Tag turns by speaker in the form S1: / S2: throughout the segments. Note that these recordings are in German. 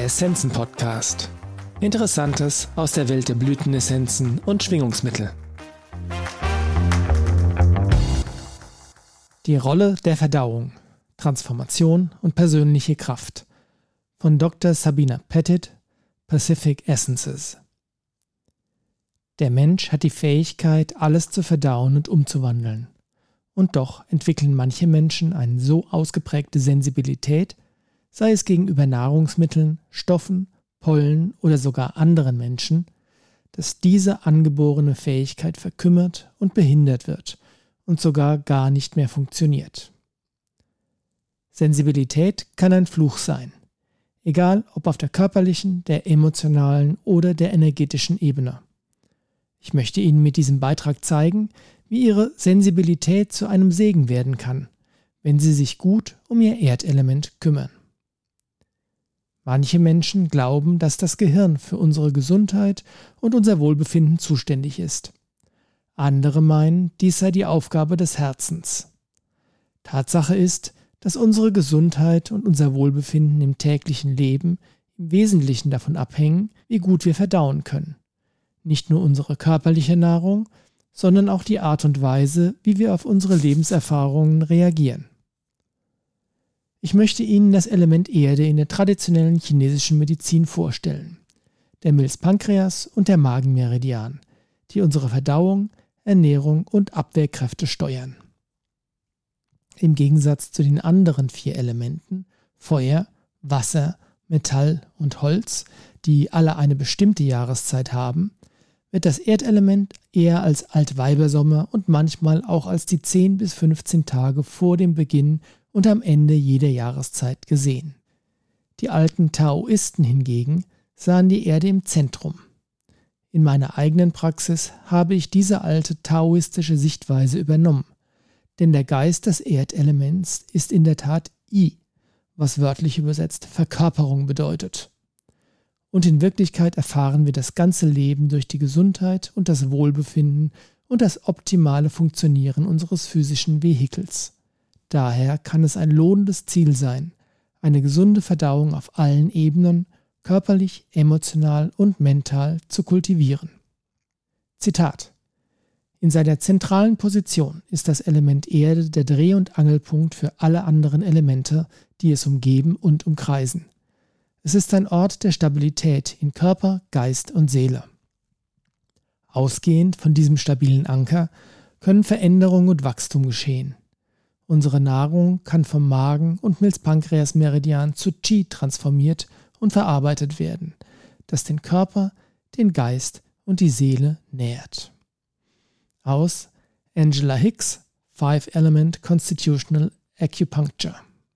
S1: Essenzen-Podcast. Interessantes aus der Welt der Blütenessenzen und Schwingungsmittel. Die Rolle der Verdauung, Transformation und persönliche Kraft von Dr. Sabina Pettit, Pacific Essences. Der Mensch hat die Fähigkeit, alles zu verdauen und umzuwandeln. Und doch entwickeln manche Menschen eine so ausgeprägte Sensibilität, sei es gegenüber Nahrungsmitteln, Stoffen, Pollen oder sogar anderen Menschen, dass diese angeborene Fähigkeit verkümmert und behindert wird und sogar gar nicht mehr funktioniert. Sensibilität kann ein Fluch sein, egal ob auf der körperlichen, der emotionalen oder der energetischen Ebene. Ich möchte Ihnen mit diesem Beitrag zeigen, wie Ihre Sensibilität zu einem Segen werden kann, wenn Sie sich gut um Ihr Erdelement kümmern. Manche Menschen glauben, dass das Gehirn für unsere Gesundheit und unser Wohlbefinden zuständig ist. Andere meinen, dies sei die Aufgabe des Herzens. Tatsache ist, dass unsere Gesundheit und unser Wohlbefinden im täglichen Leben im Wesentlichen davon abhängen, wie gut wir verdauen können. Nicht nur unsere körperliche Nahrung, sondern auch die Art und Weise, wie wir auf unsere Lebenserfahrungen reagieren. Ich möchte Ihnen das Element Erde in der traditionellen chinesischen Medizin vorstellen, der Milz-Pankreas und der Magenmeridian, die unsere Verdauung, Ernährung und Abwehrkräfte steuern. Im Gegensatz zu den anderen 4 Elementen, Feuer, Wasser, Metall und Holz, die alle eine bestimmte Jahreszeit haben, wird das Erdelement eher als Altweibersommer und manchmal auch als die 10 bis 15 Tage vor dem Beginn und am Ende jeder Jahreszeit gesehen. Die alten Taoisten hingegen sahen die Erde im Zentrum. In meiner eigenen Praxis habe ich diese alte taoistische Sichtweise übernommen, denn der Geist des Erdelements ist in der Tat I, was wörtlich übersetzt Verkörperung bedeutet. Und in Wirklichkeit erfahren wir das ganze Leben durch die Gesundheit und das Wohlbefinden und das optimale Funktionieren unseres physischen Vehikels. Daher kann es ein lohnendes Ziel sein, eine gesunde Verdauung auf allen Ebenen, körperlich, emotional und mental zu kultivieren. Zitat: In seiner zentralen Position ist das Element Erde der Dreh- und Angelpunkt für alle anderen Elemente, die es umgeben und umkreisen. Es ist ein Ort der Stabilität in Körper, Geist und Seele. Ausgehend von diesem stabilen Anker können Veränderung und Wachstum geschehen. Unsere Nahrung kann vom Magen- und Milz-Pankreas-Meridian zu Qi transformiert und verarbeitet werden, das den Körper, den Geist und die Seele nährt. Aus Angela Hicks, 5-Element Constitutional Acupuncture.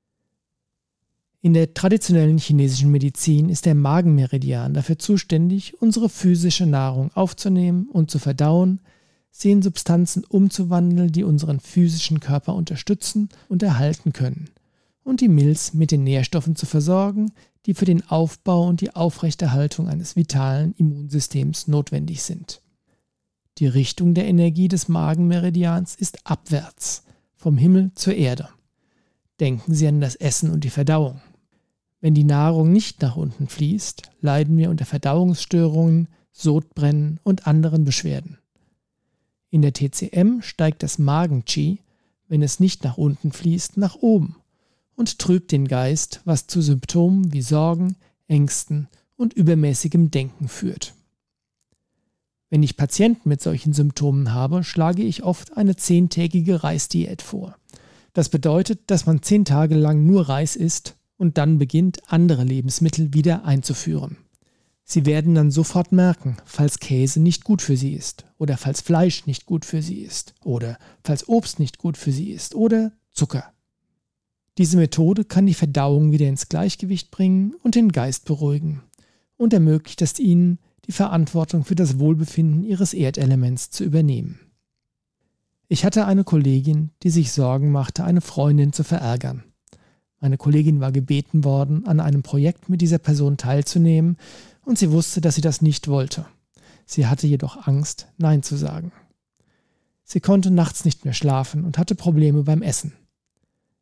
S1: In der traditionellen chinesischen Medizin ist der Magenmeridian dafür zuständig, unsere physische Nahrung aufzunehmen und zu verdauen, sie in Substanzen umzuwandeln, die unseren physischen Körper unterstützen und erhalten können, und die Milz mit den Nährstoffen zu versorgen, die für den Aufbau und die Aufrechterhaltung eines vitalen Immunsystems notwendig sind. Die Richtung der Energie des Magenmeridians ist abwärts, vom Himmel zur Erde. Denken Sie an das Essen und die Verdauung. Wenn die Nahrung nicht nach unten fließt, leiden wir unter Verdauungsstörungen, Sodbrennen und anderen Beschwerden. In der TCM steigt das Magen-Qi, wenn es nicht nach unten fließt, nach oben und trübt den Geist, was zu Symptomen wie Sorgen, Ängsten und übermäßigem Denken führt. Wenn ich Patienten mit solchen Symptomen habe, schlage ich oft eine 10-tägige Reisdiät vor. Das bedeutet, dass man 10 Tage lang nur Reis isst und dann beginnt, andere Lebensmittel wieder einzuführen. Sie werden dann sofort merken, falls Käse nicht gut für Sie ist oder falls Fleisch nicht gut für Sie ist oder falls Obst nicht gut für Sie ist oder Zucker. Diese Methode kann die Verdauung wieder ins Gleichgewicht bringen und den Geist beruhigen und ermöglicht es Ihnen, die Verantwortung für das Wohlbefinden Ihres Erdelements zu übernehmen. Ich hatte eine Kollegin, die sich Sorgen machte, eine Freundin zu verärgern. Meine Kollegin war gebeten worden, an einem Projekt mit dieser Person teilzunehmen, und sie wusste, dass sie das nicht wollte. Sie hatte jedoch Angst, Nein zu sagen. Sie konnte nachts nicht mehr schlafen und hatte Probleme beim Essen.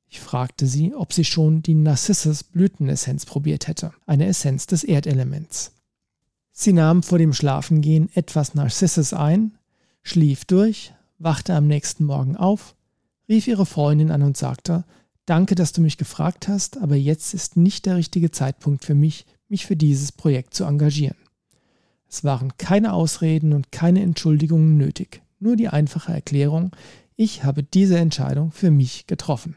S1: Ich fragte sie, ob sie schon die Narcissus-Blütenessenz probiert hätte, eine Essenz des Erdelements. Sie nahm vor dem Schlafengehen etwas Narcissus ein, schlief durch, wachte am nächsten Morgen auf, rief ihre Freundin an und sagte: Danke, dass du mich gefragt hast, aber jetzt ist nicht der richtige Zeitpunkt für mich, mich für dieses Projekt zu engagieren. Es waren keine Ausreden und keine Entschuldigungen nötig, nur die einfache Erklärung: Ich habe diese Entscheidung für mich getroffen.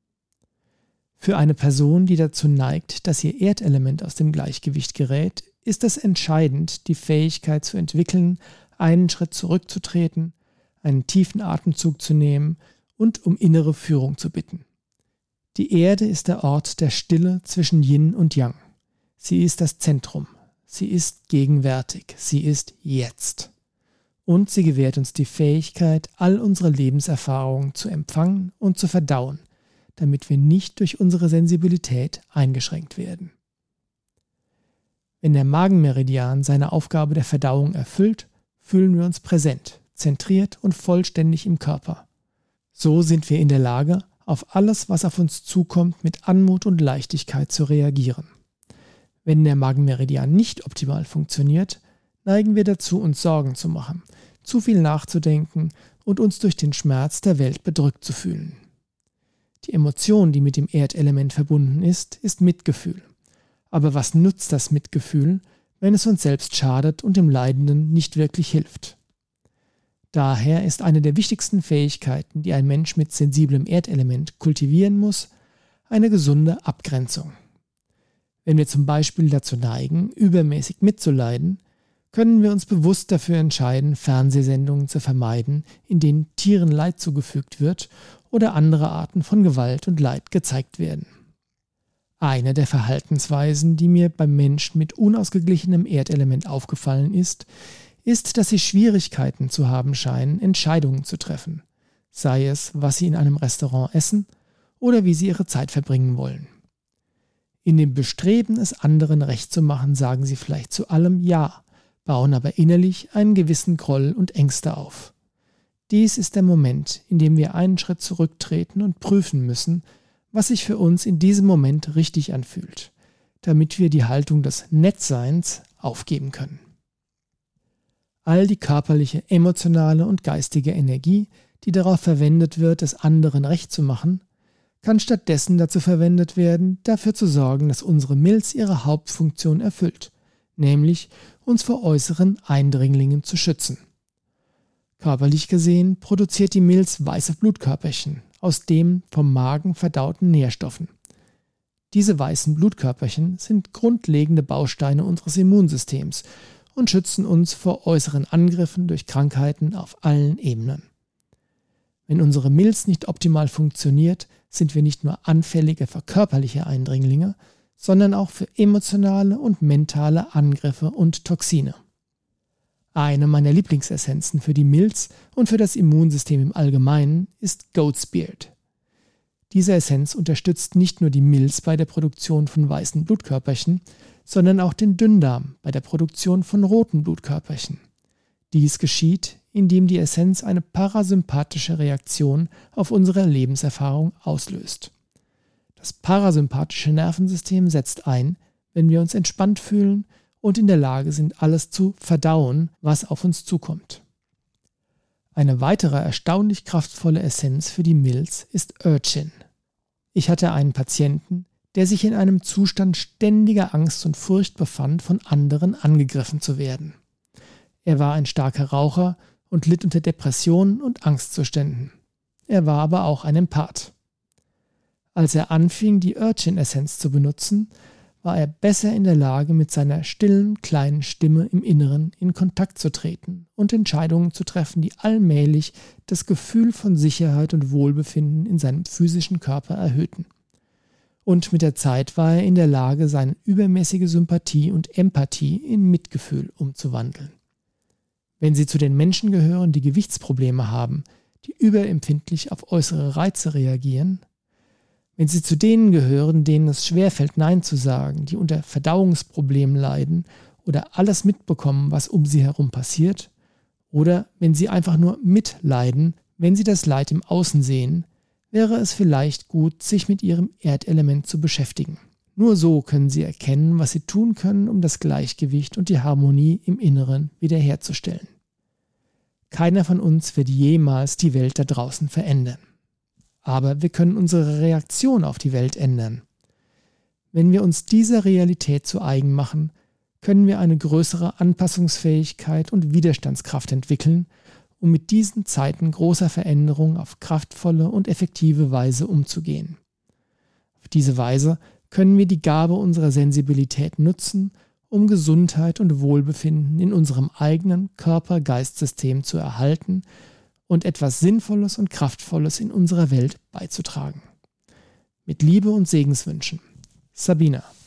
S1: Für eine Person, die dazu neigt, dass ihr Erdelement aus dem Gleichgewicht gerät, ist es entscheidend, die Fähigkeit zu entwickeln, einen Schritt zurückzutreten, einen tiefen Atemzug zu nehmen und um innere Führung zu bitten. Die Erde ist der Ort der Stille zwischen Yin und Yang. Sie ist das Zentrum. Sie ist gegenwärtig. Sie ist jetzt. Und sie gewährt uns die Fähigkeit, all unsere Lebenserfahrungen zu empfangen und zu verdauen, damit wir nicht durch unsere Sensibilität eingeschränkt werden. Wenn der Magenmeridian seine Aufgabe der Verdauung erfüllt, fühlen wir uns präsent, zentriert und vollständig im Körper. So sind wir in der Lage, auf alles, was auf uns zukommt, mit Anmut und Leichtigkeit zu reagieren. Wenn der Magenmeridian nicht optimal funktioniert, neigen wir dazu, uns Sorgen zu machen, zu viel nachzudenken und uns durch den Schmerz der Welt bedrückt zu fühlen. Die Emotion, die mit dem Erdelement verbunden ist Mitgefühl. Aber was nutzt das Mitgefühl, wenn es uns selbst schadet und dem Leidenden nicht wirklich hilft? Daher ist eine der wichtigsten Fähigkeiten, die ein Mensch mit sensiblem Erdelement kultivieren muss, eine gesunde Abgrenzung. Wenn wir zum Beispiel dazu neigen, übermäßig mitzuleiden, können wir uns bewusst dafür entscheiden, Fernsehsendungen zu vermeiden, in denen Tieren Leid zugefügt wird oder andere Arten von Gewalt und Leid gezeigt werden. Eine der Verhaltensweisen, die mir beim Menschen mit unausgeglichenem Erdelement aufgefallen ist, dass sie Schwierigkeiten zu haben scheinen, Entscheidungen zu treffen, sei es, was sie in einem Restaurant essen oder wie sie ihre Zeit verbringen wollen. In dem Bestreben, es anderen recht zu machen, sagen sie vielleicht zu allem Ja, bauen aber innerlich einen gewissen Groll und Ängste auf. Dies ist der Moment, in dem wir einen Schritt zurücktreten und prüfen müssen, was sich für uns in diesem Moment richtig anfühlt, damit wir die Haltung des Nettseins aufgeben können. All die körperliche, emotionale und geistige Energie, die darauf verwendet wird, es anderen recht zu machen, kann stattdessen dazu verwendet werden, dafür zu sorgen, dass unsere Milz ihre Hauptfunktion erfüllt, nämlich uns vor äußeren Eindringlingen zu schützen. Körperlich gesehen produziert die Milz weiße Blutkörperchen aus den vom Magen verdauten Nährstoffen. Diese weißen Blutkörperchen sind grundlegende Bausteine unseres Immunsystems und schützen uns vor äußeren Angriffen durch Krankheiten auf allen Ebenen. Wenn unsere Milz nicht optimal funktioniert, sind wir nicht nur anfälliger für körperliche Eindringlinge, sondern auch für emotionale und mentale Angriffe und Toxine. Eine meiner Lieblingsessenzen für die Milz und für das Immunsystem im Allgemeinen ist Goat's Beard. Diese Essenz unterstützt nicht nur die Milz bei der Produktion von weißen Blutkörperchen, sondern auch den Dünndarm bei der Produktion von roten Blutkörperchen. Dies geschieht, indem die Essenz eine parasympathische Reaktion auf unsere Lebenserfahrung auslöst. Das parasympathische Nervensystem setzt ein, wenn wir uns entspannt fühlen und in der Lage sind, alles zu verdauen, was auf uns zukommt. Eine weitere erstaunlich kraftvolle Essenz für die Milz ist Urchin. Ich hatte einen Patienten, der sich in einem Zustand ständiger Angst und Furcht befand, von anderen angegriffen zu werden. Er war ein starker Raucher und litt unter Depressionen und Angstzuständen. Er war aber auch ein Empath. Als er anfing, die Urchin-Essenz zu benutzen, war er besser in der Lage, mit seiner stillen, kleinen Stimme im Inneren in Kontakt zu treten und Entscheidungen zu treffen, die allmählich das Gefühl von Sicherheit und Wohlbefinden in seinem physischen Körper erhöhten. Und mit der Zeit war er in der Lage, seine übermäßige Sympathie und Empathie in Mitgefühl umzuwandeln. Wenn Sie zu den Menschen gehören, die Gewichtsprobleme haben, die überempfindlich auf äußere Reize reagieren, wenn Sie zu denen gehören, denen es schwerfällt, Nein zu sagen, die unter Verdauungsproblemen leiden oder alles mitbekommen, was um sie herum passiert, oder wenn Sie einfach nur mitleiden, wenn Sie das Leid im Außen sehen, wäre es vielleicht gut, sich mit ihrem Erdelement zu beschäftigen. Nur so können sie erkennen, was sie tun können, um das Gleichgewicht und die Harmonie im Inneren wiederherzustellen. Keiner von uns wird jemals die Welt da draußen verändern. Aber wir können unsere Reaktion auf die Welt ändern. Wenn wir uns dieser Realität zu eigen machen, können wir eine größere Anpassungsfähigkeit und Widerstandskraft entwickeln, um mit diesen Zeiten großer Veränderung auf kraftvolle und effektive Weise umzugehen. Auf diese Weise können wir die Gabe unserer Sensibilität nutzen, um Gesundheit und Wohlbefinden in unserem eigenen Körper-Geist-System zu erhalten und etwas Sinnvolles und Kraftvolles in unserer Welt beizutragen. Mit Liebe und Segenswünschen. Sabina.